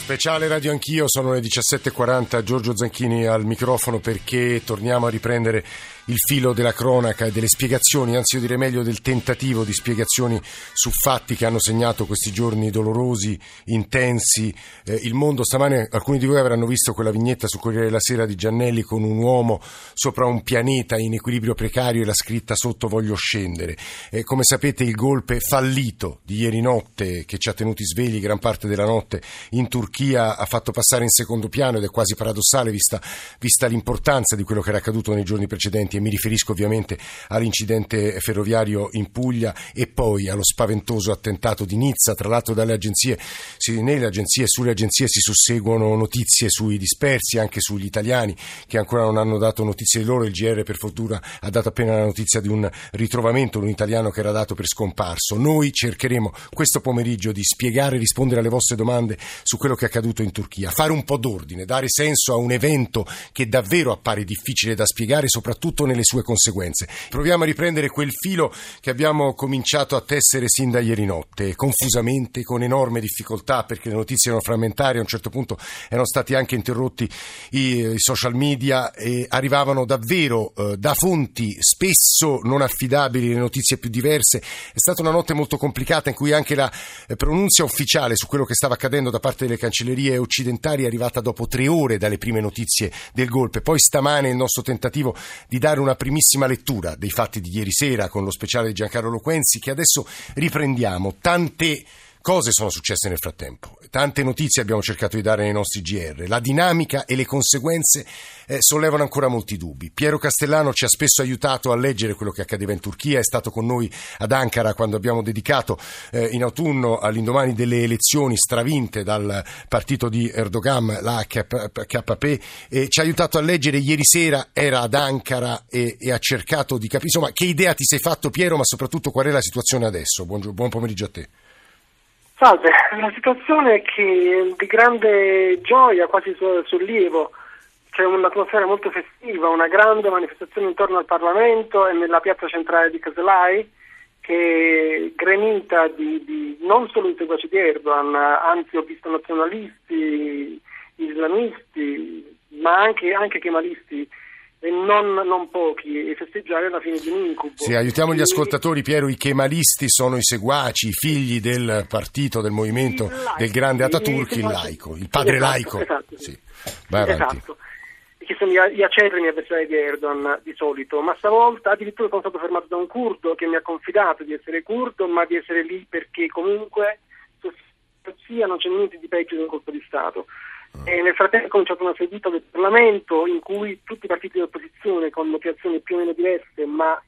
Speciale Radio Anch'io, sono le 17.40, Giorgio Zanchini al microfono perché torniamo a riprendere il filo della cronaca e delle spiegazioni, anzi io direi meglio del tentativo di spiegazioni su fatti che hanno segnato questi giorni dolorosi, intensi. Il mondo stamane, alcuni di voi avranno visto quella vignetta su Corriere della Sera di Giannelli con un uomo sopra un pianeta in equilibrio precario e la scritta sotto "voglio scendere". Come sapete il golpe fallito di ieri notte che ci ha tenuti svegli gran parte della notte in Turchia ha fatto passare in secondo piano, ed è quasi paradossale vista l'importanza di quello che era accaduto nei giorni precedenti, e mi riferisco ovviamente all'incidente ferroviario in Puglia e poi allo spaventoso attentato di Nizza. Tra l'altro sulle agenzie si susseguono notizie sui dispersi, anche sugli italiani che ancora non hanno dato notizie di loro. Il GR per fortuna ha dato appena la notizia di un ritrovamento, un italiano che era dato per scomparso. Noi cercheremo questo pomeriggio di spiegare e rispondere alle vostre domande su quello che è accaduto in Turchia, fare un po' d'ordine, dare senso a un evento che davvero appare difficile da spiegare, soprattutto nelle sue conseguenze. Proviamo a riprendere quel filo che abbiamo cominciato a tessere sin da ieri notte, confusamente, con enorme difficoltà, perché le notizie erano frammentarie, a un certo punto erano stati anche interrotti i social media e arrivavano davvero da fonti spesso non affidabili le notizie più diverse. È stata una notte molto complicata in cui anche la pronunzia ufficiale su quello che stava accadendo da parte delle cancellerie occidentali è arrivata dopo 3 ore dalle prime notizie del golpe. Poi stamane il nostro tentativo di dare una primissima lettura dei fatti di ieri sera con lo speciale di Giancarlo Loquenzi, che adesso riprendiamo. Tante cose sono successe nel frattempo, tante notizie abbiamo cercato di dare nei nostri GR. La dinamica e le conseguenze sollevano ancora molti dubbi. Piero Castellano ci ha spesso aiutato a leggere quello che accadeva in Turchia, è stato con noi ad Ankara quando abbiamo dedicato in autunno, all'indomani delle elezioni stravinte dal partito di Erdogan, la AKP, e ci ha aiutato a leggere. Ieri sera era ad Ankara e ha cercato di capire insomma che idea ti sei fatto, Piero, ma soprattutto qual è la situazione adesso. Buon pomeriggio a te. Salve, la situazione è che di grande gioia, quasi sollievo, c'è un'atmosfera molto festiva, una grande manifestazione intorno al Parlamento e nella piazza centrale di Kızılay, che gremita di non solo i seguaci di Erdogan, anzi ho visto nazionalisti, islamisti, ma anche kemalisti, e non pochi, e festeggiare la fine di un incubo. Sì, aiutiamo gli ascoltatori, Piero. I kemalisti sono i seguaci, i figli del partito, del movimento del grande Ataturk, il laico, il padre laico. Esatto. Sì. Vai avanti. Esatto. Che sono gli acerrimi avversari di Erdogan di solito, ma stavolta addirittura sono stato fermato da un curdo che mi ha confidato di essere curdo, ma di essere lì perché comunque non c'è niente di peggio di un colpo di Stato. E nel frattempo è cominciata una seduta del Parlamento in cui tutti i partiti di opposizione, con motivazioni più o meno diverse, ma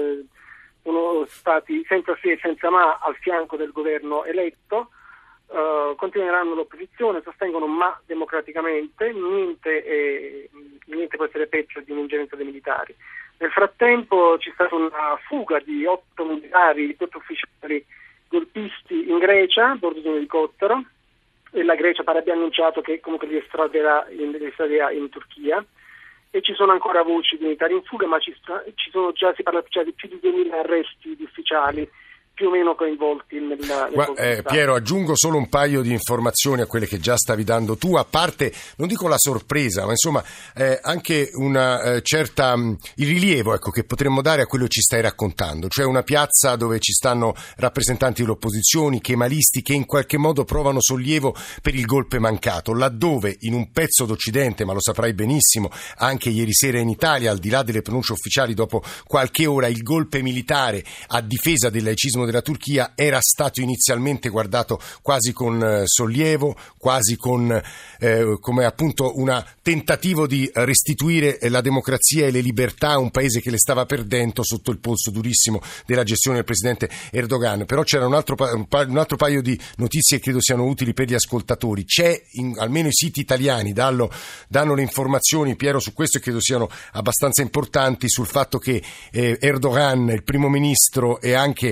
sono stati senza se e senza ma al fianco del governo eletto, continueranno l'opposizione, sostengono ma democraticamente, niente può essere peggio di un'ingerenza dei militari. Nel frattempo c'è stata una fuga di 8 militari, 8 ufficiali golpisti in Grecia a bordo di un elicottero, e la Grecia pare abbia annunciato che comunque li estraderà in Turchia, e ci sono ancora voci di militari in fuga, ma si parla già di più di 2000 arresti di ufficiali più o meno coinvolti nel Piero, aggiungo solo un paio di informazioni a quelle che già stavi dando tu, a parte, non dico la sorpresa, ma insomma anche una certa il rilievo che potremmo dare a quello che ci stai raccontando, cioè una piazza dove ci stanno rappresentanti dell'opposizione, kemalisti, che in qualche modo provano sollievo per il golpe mancato, laddove in un pezzo d'Occidente, ma lo saprai benissimo, anche ieri sera in Italia, al di là delle pronunce ufficiali, dopo qualche ora il golpe militare a difesa del laicismo della Turchia era stato inizialmente guardato quasi con sollievo, quasi come appunto un tentativo di restituire la democrazia e le libertà a un paese che le stava perdendo sotto il polso durissimo della gestione del presidente Erdogan. Però c'era un altro paio di notizie che credo siano utili per gli ascoltatori. Almeno i siti italiani danno le informazioni, Piero, su questo, e credo siano abbastanza importanti, sul fatto che Erdogan, il primo ministro, e anche altri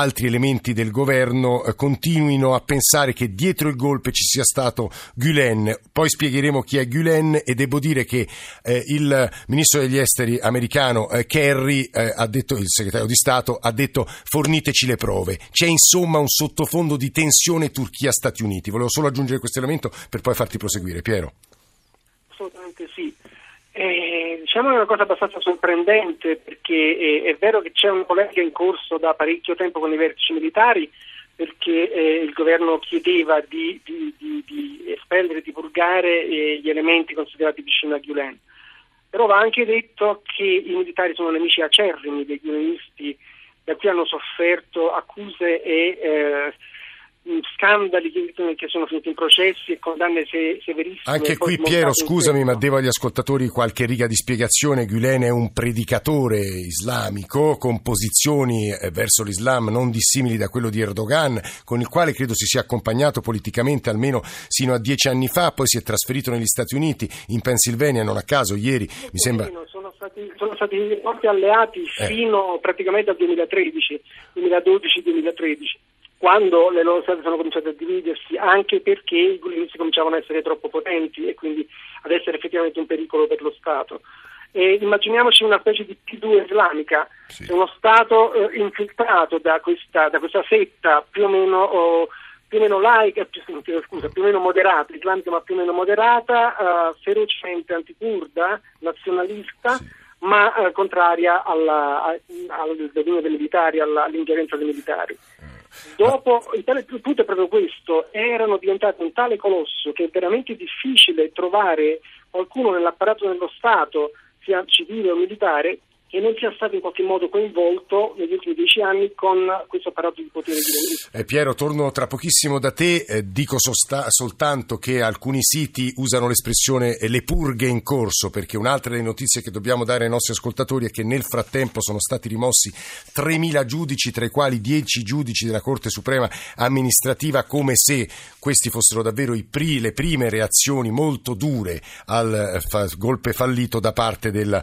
altri elementi del governo continuino a pensare che dietro il golpe ci sia stato Gülen. Poi spiegheremo chi è Gülen e devo dire che il ministro degli esteri americano Kerry ha detto, il segretario di Stato ha detto forniteci le prove. C'è insomma un sottofondo di tensione Turchia-Stati Uniti. Volevo solo aggiungere questo elemento per poi farti proseguire. Piero. Assolutamente sì. Diciamo che è una cosa abbastanza sorprendente perché è vero che c'è una polemica in corso da parecchio tempo con i vertici militari perché il governo chiedeva di espellere, di purgare gli elementi considerati vicini a Gülen. Però va anche detto che i militari sono nemici acerrimi dei gülenisti da cui hanno sofferto accuse e scandali che sono finiti in processi e condanne severissime. Anche qui Piero, scusami, ma devo agli ascoltatori qualche riga di spiegazione. Gülen è un predicatore islamico con posizioni verso l'Islam non dissimili da quello di Erdogan, con il quale credo si sia accompagnato politicamente almeno sino a 10 anni fa, poi si è trasferito negli Stati Uniti, in Pennsylvania, non a caso ieri mi sembra... Sono stati forti alleati fino praticamente al 2012-2013. Quando le loro strade sono cominciate a dividersi, anche perché i gülenisti cominciavano a essere troppo potenti e quindi ad essere effettivamente un pericolo per lo Stato. Immaginiamoci una specie di P2 islamica, sì. Uno Stato infiltrato da questa setta più o meno laica, più o meno moderata, islamica ma più o meno moderata, ferocemente anticurda, nazionalista, sì. Ma contraria al dominio dei militari, all'ingerenza dei militari. Dopo, il punto è proprio questo: erano diventati un tale colosso che è veramente difficile trovare qualcuno nell'apparato dello Stato, sia civile o militare, che non sia stato in qualche modo coinvolto negli ultimi 10 anni con questo apparato di potere di Piero, torno tra pochissimo da te, dico soltanto che alcuni siti usano l'espressione le purghe in corso, perché un'altra delle notizie che dobbiamo dare ai nostri ascoltatori è che nel frattempo sono stati rimossi 3.000 giudici, tra i quali 10 giudici della Corte Suprema amministrativa, come se questi fossero davvero le prime reazioni molto dure al golpe fallito da parte del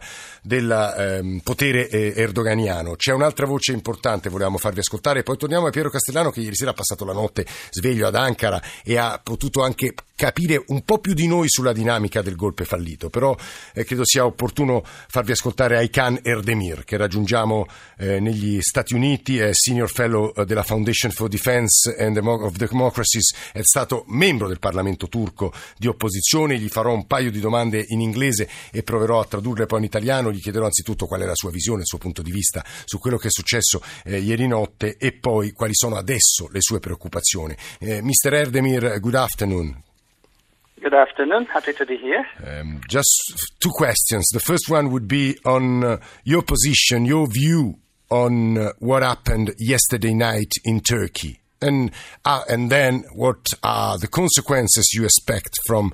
potere erdoganiano. C'è un'altra voce importante, volevamo farvi ascoltare, poi torniamo a Piero Castellano, che ieri sera ha passato la notte sveglio ad Ankara e ha potuto anche capire un po' più di noi sulla dinamica del golpe fallito, però credo sia opportuno farvi ascoltare Aykan Erdemir, che raggiungiamo negli Stati Uniti, è Senior Fellow della Foundation for Defense of Democracies, è stato membro del Parlamento turco di opposizione. Gli farò un paio di domande in inglese e proverò a tradurle poi in italiano. Gli chiederò anzitutto qual è la sua visione, il suo punto di vista su quello che è successo ieri notte e poi quali sono adesso le sue preoccupazioni. Mr. Erdemir, good afternoon. Good afternoon. Happy to be here. Just two questions. The first one would be on your position, your view on what happened yesterday night in Turkey. And then what are the consequences you expect from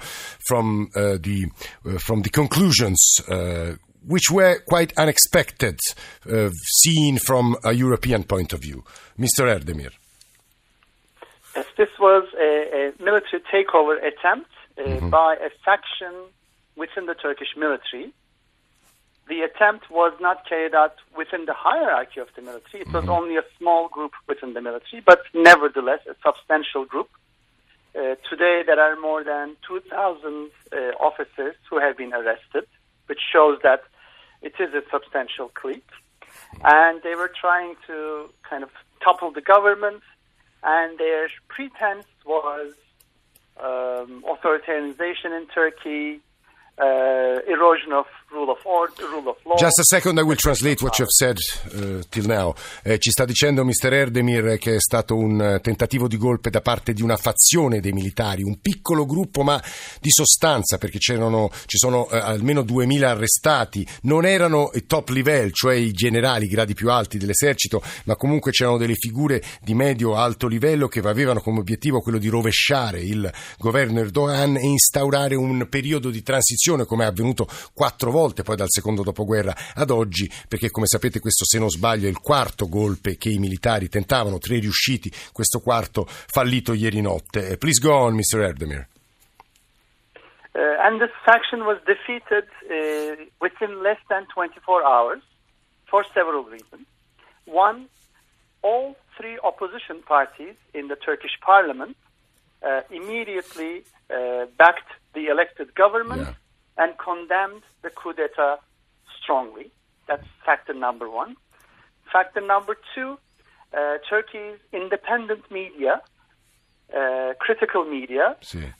the conclusions, which were quite unexpected, seen from a European point of view? Mr. Erdemir. Yes, this was a military takeover attempt by a faction within the Turkish military. The attempt was not carried out within the hierarchy of the military. It was only a small group within the military, but nevertheless a substantial group. Today there are more than 2,000 officers who have been arrested, which shows that it is a substantial clique. And they were trying to kind of topple the government, and their pretense was authoritarianization in Turkey, erosion of rule of law. Just a second, I will translate what you have said till now. Ci sta dicendo Mr. Erdemir che è stato un tentativo di golpe da parte di una fazione dei militari, un piccolo gruppo ma di sostanza, perché ci sono almeno 2.000 arrestati. Non erano i top level, cioè i generali, i gradi più alti dell'esercito, ma comunque c'erano delle figure di medio-alto livello che avevano come obiettivo quello di rovesciare il governo Erdogan e instaurare un periodo di transizione, come è avvenuto 4 volte poi dal secondo dopoguerra ad oggi, perché come sapete questo, se non sbaglio, è il quarto golpe che i militari tentavano, 3 riusciti, questo quarto fallito ieri notte. Please go on, Mr. Erdemir. And this faction was defeated within less than 24 hours for several reasons. One, all three opposition parties in the Turkish parliament immediately backed the elected government and condemned the coup d'etat strongly. That's factor number one. Factor number two, Turkey's independent media, critical media,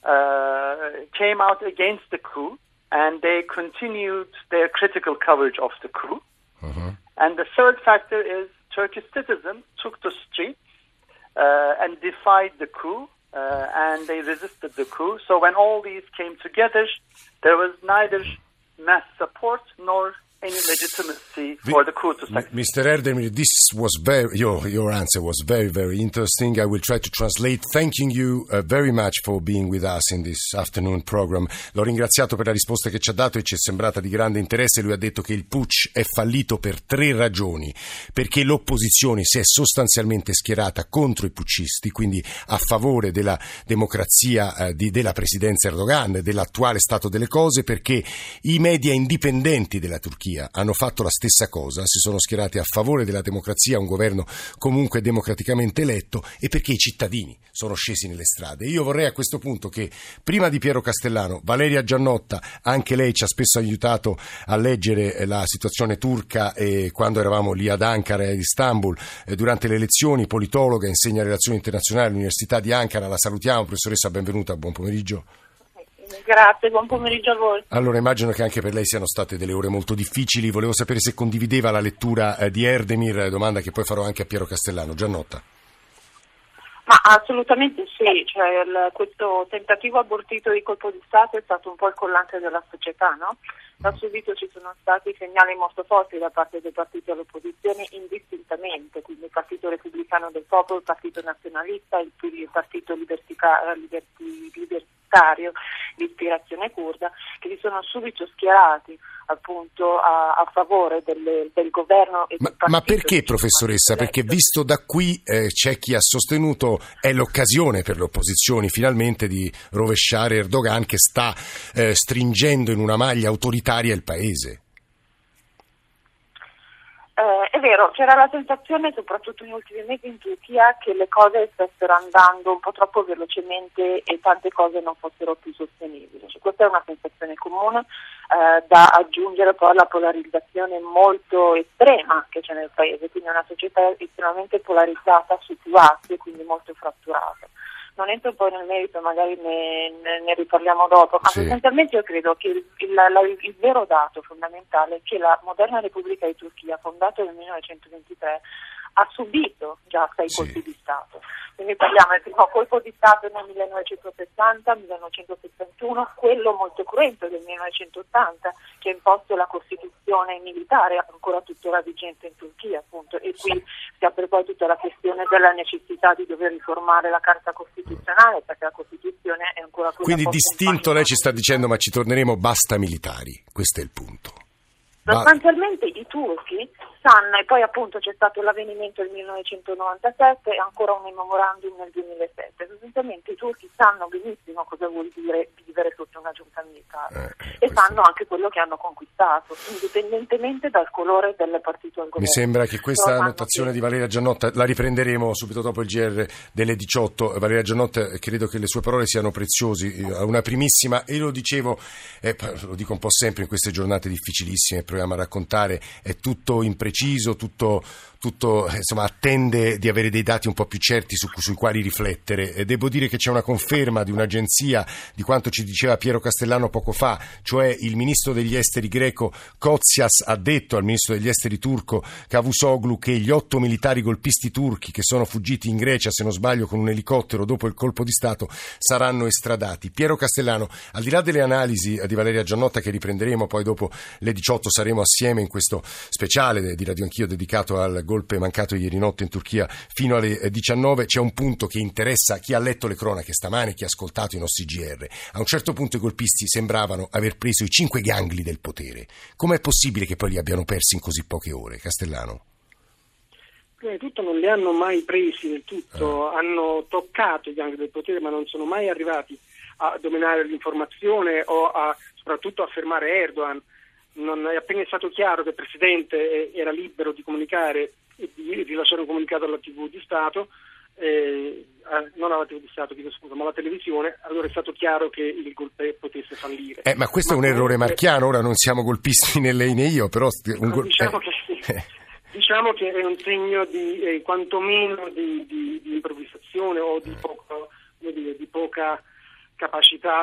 came out against the coup, and they continued their critical coverage of the coup. And the third factor is Turkish citizens took the streets and defied the coup, and they resisted the coup. So when all these came together, there was neither mass support nor any legitimacy for the coup to succeed. Mr. Erdemir, this was your answer was very, very interesting. I will try to translate. Thanking you very much for being with us in this afternoon program. L'ho ringraziato per la risposta che ci ha dato e ci è sembrata di grande interesse. Lui ha detto che il putsch è fallito per 3 ragioni. Perché l'opposizione si è sostanzialmente schierata contro i putschisti, quindi a favore della democrazia della presidenza Erdogan, dell'attuale stato delle cose, perché i media indipendenti della Turchia hanno fatto la stessa cosa, si sono schierati a favore della democrazia, un governo comunque democraticamente eletto, e perché i cittadini sono scesi nelle strade. Io vorrei a questo punto che prima di Piero Castellano, Valeria Giannotta, anche lei ci ha spesso aiutato a leggere la situazione turca quando eravamo lì ad Ankara e ad Istanbul durante le elezioni, politologa, insegna relazioni internazionali all'Università di Ankara. La salutiamo, professoressa, benvenuta, buon pomeriggio. Grazie, buon pomeriggio a voi. Allora, immagino che anche per lei siano state delle ore molto difficili. Volevo sapere se condivideva la lettura di Erdemir, domanda che poi farò anche a Piero Castellano. Giannotta. Ma assolutamente sì, questo tentativo abortito di colpo di Stato è stato un po' il collante della società, no? Da subito ci sono stati segnali molto forti da parte dei partiti all'opposizione indistintamente, quindi il Partito Repubblicano del Popolo, il Partito Nazionalista, il Partito libertario di ispirazione curda, che si sono subito schierati appunto a favore del governo e del partito. Ma perché, professoressa? Perché visto da qui c'è chi ha sostenuto è l'occasione per le opposizioni finalmente di rovesciare Erdogan, che sta stringendo in una maglia autoritaria il paese. È vero, c'era la sensazione, soprattutto negli ultimi mesi in Turchia, che le cose stessero andando un po' troppo velocemente e tante cose non fossero più sostenibili. Questa è una sensazione comune, da aggiungere poi alla polarizzazione molto estrema che c'è nel paese, quindi una società estremamente polarizzata su più assi e quindi molto fratturata. Non entro poi nel merito, magari ne riparliamo dopo, ma sostanzialmente io credo che il vero dato fondamentale è che la moderna Repubblica di Turchia, fondata nel 1923, ha subito già 6 colpi di Stato. Quindi parliamo del primo colpo di Stato nel 1970-1971, quello molto cruento del 1980, che ha imposto la Costituzione militare, ancora tuttora vigente in Turchia, appunto, e qui si apre poi tutta la questione della necessità di dover riformare la Carta Costituzionale, perché la Costituzione è ancora quella. Quindi distinto lei ci sta dicendo, ma ci torneremo, basta militari, questo è il punto. Sostanzialmente i turchi sanno, e poi appunto c'è stato l'avvenimento del 1997 e ancora un memorandum nel 2007, sostanzialmente i turchi sanno benissimo cosa vuol dire vivere sotto una giunta militare e sanno anche quello che hanno conquistato, indipendentemente dal colore del partito al governo. Mi sembra che questa annotazione di Valeria Giannotta la riprenderemo subito dopo il GR delle 18. Valeria Giannotta, credo che le sue parole siano preziosi, una primissima, e lo dicevo, lo dico un po' sempre in queste giornate difficilissime, proviamo a raccontare, è tutto impreciso, tutto insomma attende di avere dei dati un po' più certi sui quali riflettere. E devo dire che c'è una conferma di un'agenzia di quanto ci diceva Piero Castellano poco fa, cioè il ministro degli esteri greco Kotzias ha detto al ministro degli esteri turco Cavusoglu che gli 8 militari golpisti turchi che sono fuggiti in Grecia, se non sbaglio con un elicottero dopo il colpo di Stato, saranno estradati. Piero Castellano, al di là delle analisi di Valeria Giannotta che riprenderemo poi dopo le 18, saremo assieme in questo speciale di Radio Anch'io dedicato al golpe mancato ieri notte in Turchia fino alle 19, c'è un punto che interessa chi ha letto le cronache stamane, chi ha ascoltato i nostri GR. A un certo punto i golpisti sembravano aver preso i 5 gangli del potere. Com'è possibile che poi li abbiano persi in così poche ore, Castellano? Prima di tutto non li hanno mai presi del tutto, hanno toccato i gangli del potere, ma non sono mai arrivati a dominare l'informazione o soprattutto a fermare Erdogan. Non è appena stato chiaro che il Presidente era libero di comunicare di rilasciare un comunicato alla TV di Stato, non alla TV di Stato, ma alla televisione. Allora è stato chiaro che il golpe potesse fallire. Ma questo è un errore marchiano, ora non siamo golpisti né lei né io, però diciamo che è un segno di quantomeno di improvvisazione o di poca capacità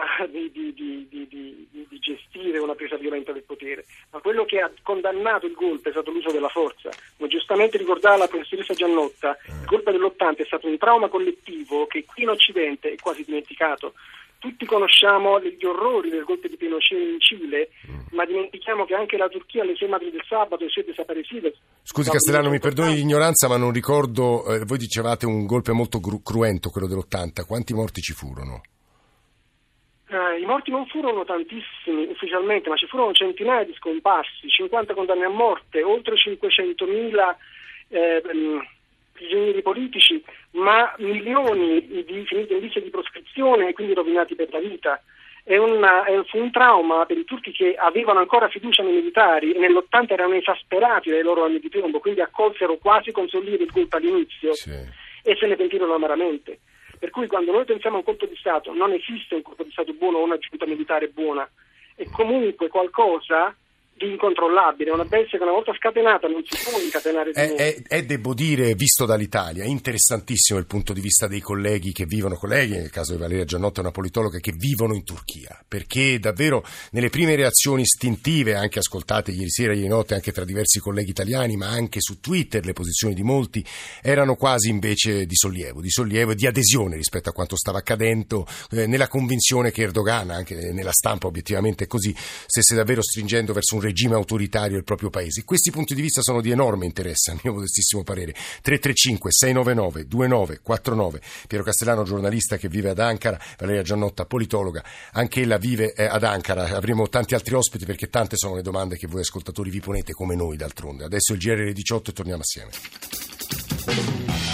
di gestire una presa violenta del potere. Ma quello che ha condannato il golpe è stato l'uso della forza. Come giustamente ricordava la professoressa Giannotta, il golpe dell'80 è stato un trauma collettivo che qui in Occidente è quasi dimenticato. Tutti conosciamo gli orrori del golpe di Pinochet in Cile, ma dimentichiamo che anche la Turchia alle 6 madri del sabato e 6 desaparecidas. Scusi Castellano, mi perdoni l'ignoranza, ma non ricordo, voi dicevate un golpe molto cruento, quello dell'80, quanti morti ci furono? I morti non furono tantissimi ufficialmente, ma ci furono centinaia di scomparsi, 50 condanne a morte, oltre 500.000 prigionieri politici, ma milioni finiti in liste di proscrizione e quindi rovinati per la vita. Fu un trauma per i turchi che avevano ancora fiducia nei militari e nell'80 erano esasperati dai loro anni di piombo, quindi accolsero quasi con sollievo il colpo all'inizio e se ne pentirono amaramente. Per cui quando noi pensiamo a un colpo di Stato non esiste un colpo di Stato buono o una giunta militare buona, è comunque qualcosa di incontrollabile, una bestia che una volta scatenata non si può incatenare di nuovo. È devo dire, visto dall'Italia, interessantissimo il punto di vista dei colleghi, nel caso di Valeria Giannotta è una politologa, che vivono in Turchia, perché davvero nelle prime reazioni istintive, anche ascoltate ieri sera, ieri notte, anche tra diversi colleghi italiani, ma anche su Twitter, le posizioni di molti erano quasi invece di sollievo e di adesione rispetto a quanto stava accadendo, nella convinzione che Erdogan, anche nella stampa obiettivamente è così, stesse davvero stringendo verso un regime autoritario il proprio paese. Questi punti di vista sono di enorme interesse, a mio modestissimo parere. 335-699-2949. Piero Castellano, giornalista che vive ad Ankara, Valeria Giannotta, politologa, anche ella vive ad Ankara. Avremo tanti altri ospiti perché tante sono le domande che voi ascoltatori vi ponete, come noi d'altronde. Adesso il GR 18 e torniamo assieme.